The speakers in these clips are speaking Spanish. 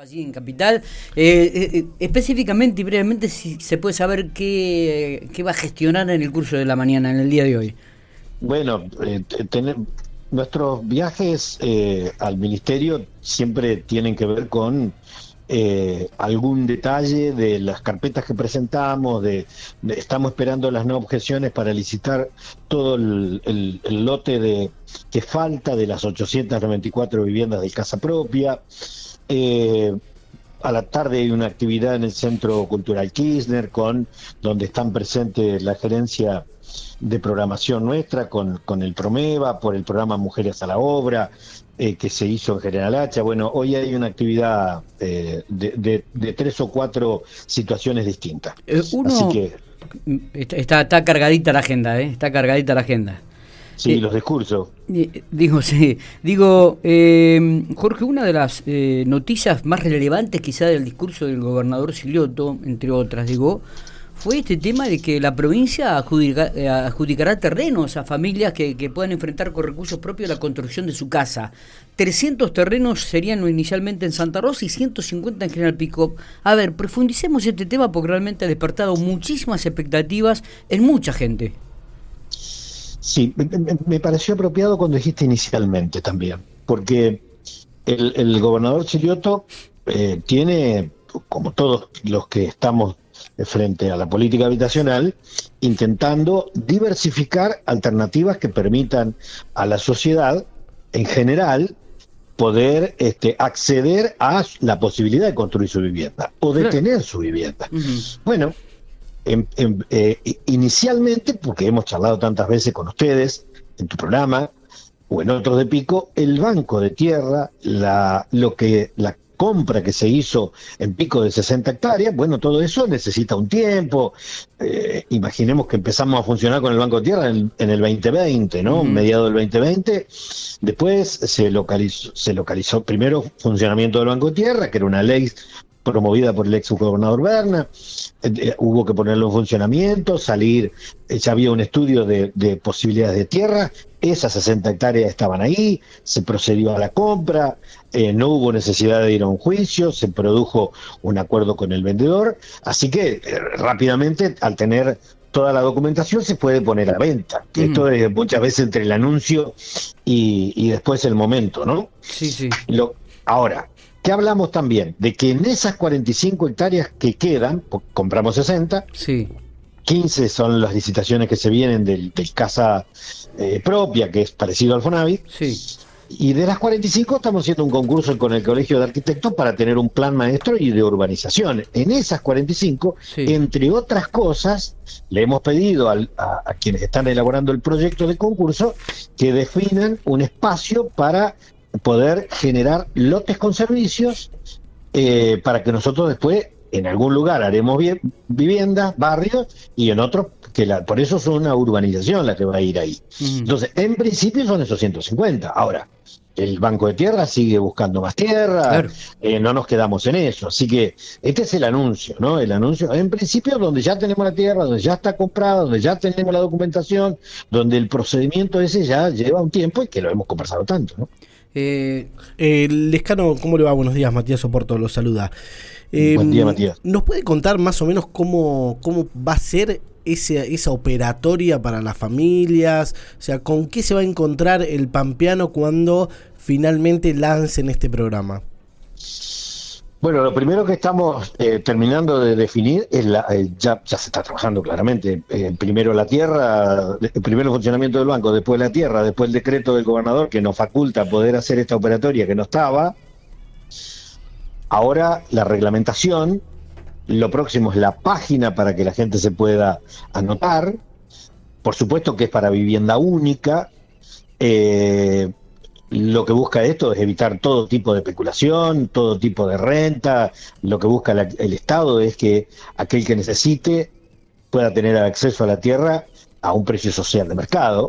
Allí en Capital. Específicamente y brevemente, si se puede saber qué va a gestionar en el curso de la mañana, en el día de hoy. Bueno, nuestros viajes al ministerio siempre tienen que ver con algún detalle de las carpetas que presentamos, estamos esperando las no objeciones para licitar todo el lote que falta de las 894 viviendas de casa propia. A la tarde hay una actividad en el Centro Cultural Kirchner, donde están presentes la gerencia de programación nuestra con el Promeva, por el programa Mujeres a la Obra, que se hizo en General Hacha. Bueno, hoy hay una actividad de 3 o 4 situaciones distintas. Así que está cargadita la agenda, está cargadita la agenda. Sí, los discursos. Jorge, una de las noticias más relevantes quizá del discurso del gobernador Silioto, entre otras, fue este tema de que la provincia adjudicará terrenos a familias que puedan enfrentar con recursos propios la construcción de su casa. 300 terrenos serían inicialmente en Santa Rosa y 150 en General Pico. A ver, profundicemos este tema porque realmente ha despertado muchísimas expectativas en mucha gente. Sí, me pareció apropiado cuando dijiste inicialmente también, porque el gobernador Silioto tiene, como todos los que estamos frente a la política habitacional, intentando diversificar alternativas que permitan a la sociedad en general poder acceder a la posibilidad de construir su vivienda o de tener su vivienda. Uh-huh. Bueno, inicialmente, porque hemos charlado tantas veces con ustedes en tu programa o en otros de Pico, el banco de tierra, la compra que se hizo en Pico de 60 hectáreas, bueno, todo eso necesita un tiempo. Imaginemos que empezamos a funcionar con el banco de tierra en el 2020, ¿no? Mediados del 2020. Después se localizó primero funcionamiento del banco de tierra, que era una ley promovida por el ex gobernador Berna. Hubo que ponerlo en funcionamiento, ya había un estudio de posibilidades de tierra, esas 60 hectáreas estaban ahí, se procedió a la compra, no hubo necesidad de ir a un juicio, se produjo un acuerdo con el vendedor, así que rápidamente, al tener toda la documentación, se puede poner a la venta. Esto es muchas veces entre el anuncio y después el momento, ¿no? Sí. Ahora, ¿qué hablamos también? De que en esas 45 hectáreas que quedan, compramos 60, sí. 15 son las licitaciones que se vienen del casa propia, que es parecido al Fonavi, sí. Y de las 45 estamos haciendo un concurso con el Colegio de Arquitectos para tener un plan maestro y de urbanización. En esas 45, sí, entre otras cosas, le hemos pedido a quienes están elaborando el proyecto de concurso que definan un espacio para poder generar lotes con servicios para que nosotros después en algún lugar haremos viviendas, barrios, y en otros por eso es una urbanización la que va a ir ahí. Entonces, en principio son esos 150. Ahora, el Banco de Tierra sigue buscando más tierra, claro. No nos quedamos en eso. Así que este es el anuncio, ¿no? El anuncio, en principio, donde ya tenemos la tierra, donde ya está comprada, donde ya tenemos la documentación, donde el procedimiento ese ya lleva un tiempo y que lo hemos conversado tanto, ¿no? Lescano, ¿cómo le va? Buenos días, Matías Oporto lo saluda. Buen día, Matías. ¿Nos puede contar más o menos cómo va a ser esa operatoria para las familias? O sea, ¿con qué se va a encontrar el pampeano cuando finalmente lancen este programa? Bueno, lo primero que estamos terminando de definir es ya se está trabajando claramente. Primero la tierra, primero el funcionamiento del banco, después la tierra, después el decreto del gobernador que nos faculta poder hacer esta operatoria que no estaba. Ahora la reglamentación. Lo próximo es la página para que la gente se pueda anotar. Por supuesto que es para vivienda única. Lo que busca esto es evitar todo tipo de especulación, todo tipo de renta. Lo que busca el Estado es que aquel que necesite pueda tener acceso a la tierra a un precio social de mercado.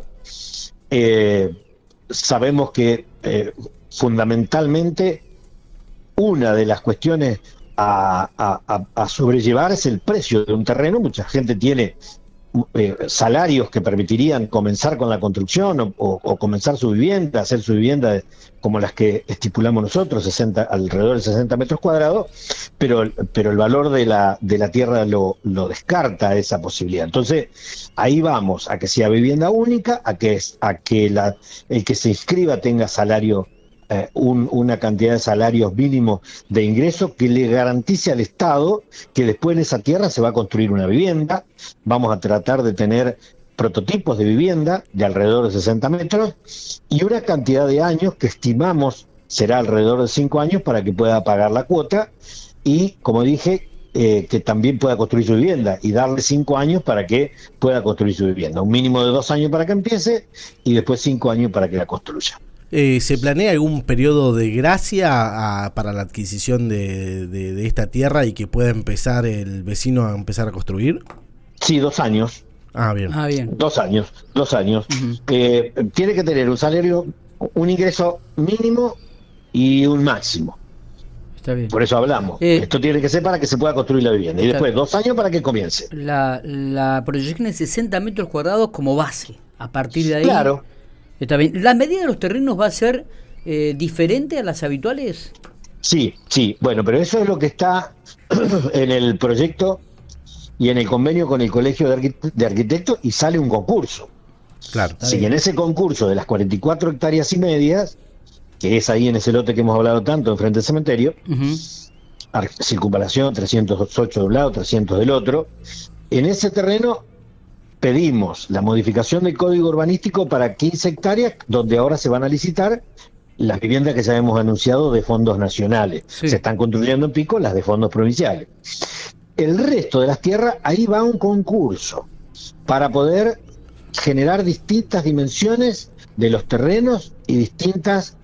Sabemos que fundamentalmente una de las cuestiones a sobrellevar es el precio de un terreno. Mucha gente tiene salarios que permitirían comenzar con la construcción o comenzar su vivienda, hacer su vivienda como las que estipulamos nosotros, alrededor de 60 metros cuadrados, pero el valor de la tierra lo descarta esa posibilidad. Entonces, ahí vamos a que sea vivienda única, a que el que se inscriba tenga salario, una cantidad de salarios mínimos de ingreso que le garantice al Estado que después en esa tierra se va a construir una vivienda. Vamos a tratar de tener prototipos de vivienda de alrededor de 60 metros y una cantidad de años que estimamos será alrededor de 5 años para que pueda pagar la cuota y, como dije, que también pueda construir su vivienda y darle 5 años para que pueda construir su vivienda. Un mínimo de 2 años para que empiece y después 5 años para que la construya. ¿Se planea algún periodo de gracia para la adquisición de esta tierra y que pueda empezar el vecino a empezar a construir? Sí, 2 años. Bien. 2 años. Uh-huh. Tiene que tener un salario, un ingreso mínimo y un máximo. Está bien. Por eso hablamos. Esto tiene que ser para que se pueda construir la vivienda. Y después 2 años para que comience. La proyección es 60 metros cuadrados como base. A partir de ahí... Claro. Está bien. ¿La medida de los terrenos va a ser diferente a las habituales? Sí. Bueno, pero eso es lo que está en el proyecto y en el convenio con el Colegio de Arquitectos y sale un concurso. Claro. Si en ese concurso de las 44 hectáreas y medias, que es ahí en ese lote que hemos hablado tanto, enfrente del cementerio, circunvalación, 308 de un lado, 300 del otro, en ese terreno pedimos la modificación del código urbanístico para 15 hectáreas, donde ahora se van a licitar las viviendas que ya hemos anunciado de fondos nacionales. Sí. Se están construyendo en Pico las de fondos provinciales. El resto de las tierras, ahí va un concurso para poder generar distintas dimensiones de los terrenos y distintos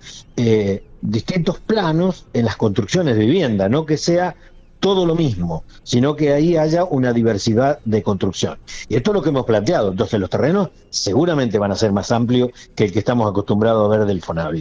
planos en las construcciones de vivienda, no que sea todo lo mismo, sino que ahí haya una diversidad de construcción. Y esto es lo que hemos planteado. Entonces los terrenos seguramente van a ser más amplios que el que estamos acostumbrados a ver del Fonavi.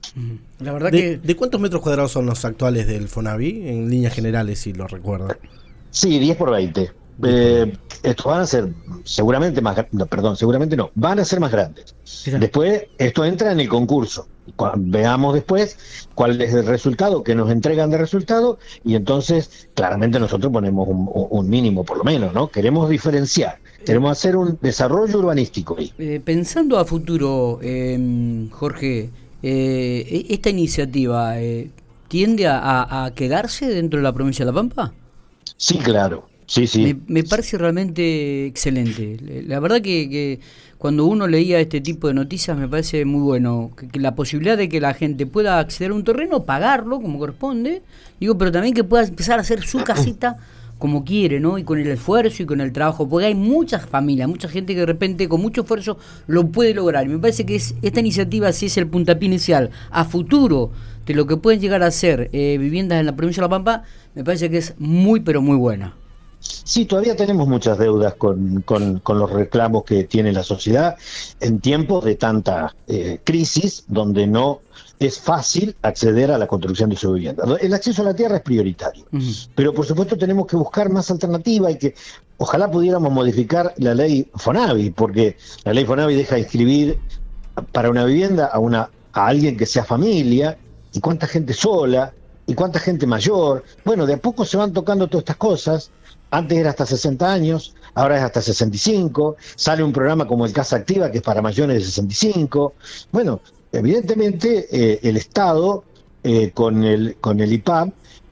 La verdad ¿De cuántos metros cuadrados son los actuales del Fonavi? En líneas generales, si lo recuerdan. Sí, 10 por 20. Estos van a ser seguramente van a ser más grandes. Después, esto entra en el concurso. Veamos después cuál es el resultado que nos entregan de resultado y entonces claramente nosotros ponemos un mínimo por lo menos, ¿no? Queremos diferenciar, queremos hacer un desarrollo urbanístico ahí. Pensando a futuro, Jorge, ¿esta iniciativa tiende a quedarse dentro de la provincia de La Pampa? Sí, claro. Sí. Me parece realmente excelente. La verdad que cuando uno leía este tipo de noticias me parece muy bueno. Que la posibilidad de que la gente pueda acceder a un terreno, pagarlo como corresponde, pero también que pueda empezar a hacer su casita como quiere, ¿no? Y con el esfuerzo y con el trabajo, porque hay muchas familias, mucha gente que de repente con mucho esfuerzo lo puede lograr. Y me parece que esta iniciativa, si es el puntapié inicial a futuro de lo que pueden llegar a ser viviendas en la provincia de La Pampa, me parece que es muy, pero muy buena. Sí, todavía tenemos muchas deudas con los reclamos que tiene la sociedad en tiempos de tanta crisis, donde no es fácil acceder a la construcción de su vivienda. El acceso a la tierra es prioritario, pero por supuesto tenemos que buscar más alternativas y que ojalá pudiéramos modificar la ley Fonavi, porque la ley Fonavi deja inscribir para una vivienda a alguien que sea familia, y cuánta gente sola, y cuánta gente mayor. Bueno, de a poco se van tocando todas estas cosas. Antes era hasta 60 años, ahora es hasta 65, sale un programa como el Casa Activa que es para mayores de 65. Bueno, evidentemente el Estado con el IPAB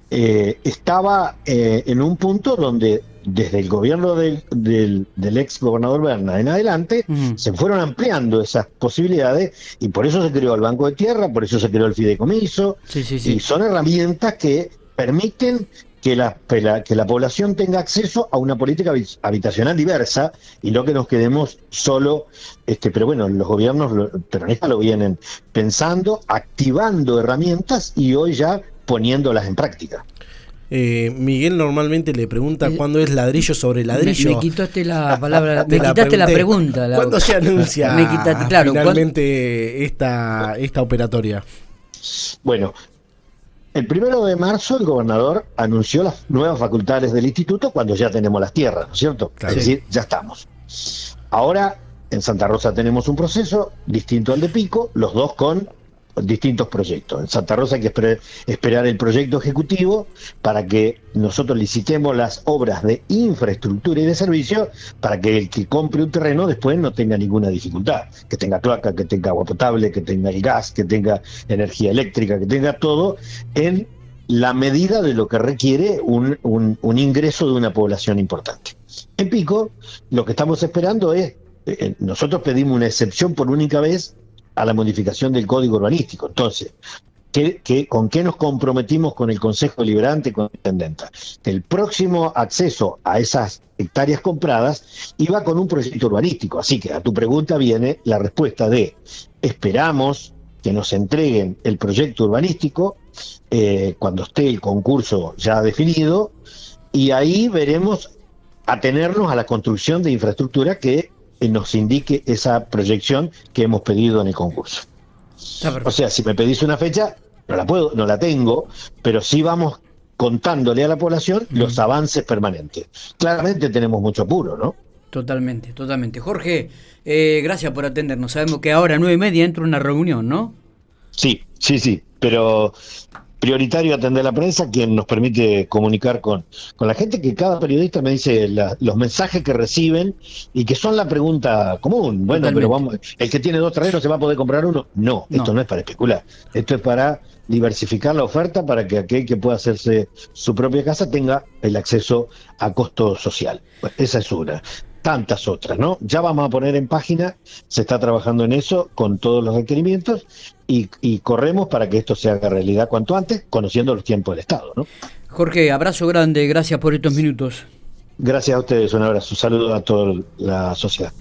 estaba en un punto donde desde el gobierno del ex gobernador Berna en adelante se fueron ampliando esas posibilidades y por eso se creó el Banco de Tierra, por eso se creó el Fideicomiso, y son herramientas que permiten que la población tenga acceso a una política habitacional diversa y no que nos quedemos solo, pero bueno, los gobiernos peronistas lo vienen pensando, activando herramientas y hoy ya poniéndolas en práctica. Miguel normalmente le pregunta cuándo es ladrillo sobre ladrillo. Me quitaste la palabra, me quitaste la pregunta. ¿Cuándo se anuncia claro, finalmente esta operatoria? Bueno, el 1 de marzo el gobernador anunció las nuevas facultades del instituto cuando ya tenemos las tierras, ¿no es cierto? Claro. Es decir, ya estamos. Ahora, en Santa Rosa tenemos un proceso distinto al de Pico, los dos con distintos proyectos. En Santa Rosa hay que esperar el proyecto ejecutivo para que nosotros licitemos las obras de infraestructura y de servicio para que el que compre un terreno después no tenga ninguna dificultad, que tenga cloaca, que tenga agua potable, que tenga el gas, que tenga energía eléctrica, que tenga todo en la medida de lo que requiere un ingreso de una población importante. En Pico, lo que estamos esperando es, nosotros pedimos una excepción por única vez a la modificación del Código Urbanístico. Entonces, ¿con qué nos comprometimos con el Consejo Deliberante y con la Intendenta? El próximo acceso a esas hectáreas compradas iba con un proyecto urbanístico. Así que a tu pregunta viene la respuesta de: esperamos que nos entreguen el proyecto urbanístico cuando esté el concurso ya definido, y ahí veremos atenernos a la construcción de infraestructura que nos indique esa proyección que hemos pedido en el concurso. O sea, si me pedís una fecha, no la tengo, pero sí vamos contándole a la población los avances permanentes. Claramente tenemos mucho apuro, ¿no? Totalmente, totalmente. Jorge, gracias por atendernos. Sabemos que ahora a 9:30 entra una reunión, ¿no? Sí, pero prioritario atender la prensa, quien nos permite comunicar con la gente, que cada periodista me dice los mensajes que reciben y que son la pregunta común. Bueno, Totalmente. pero vamos, ¿el que tiene 2 terrenos se va a poder comprar uno? No, esto no es para especular. Esto es para diversificar la oferta, para que aquel que pueda hacerse su propia casa tenga el acceso a costo social. Bueno, esa es una. Tantas otras, ¿no? Ya vamos a poner en página, se está trabajando en eso con todos los requerimientos y corremos para que esto se haga realidad cuanto antes, conociendo los tiempos del Estado, ¿no? Jorge, abrazo grande, gracias por estos minutos. Gracias a ustedes, un abrazo, un saludo a toda la sociedad.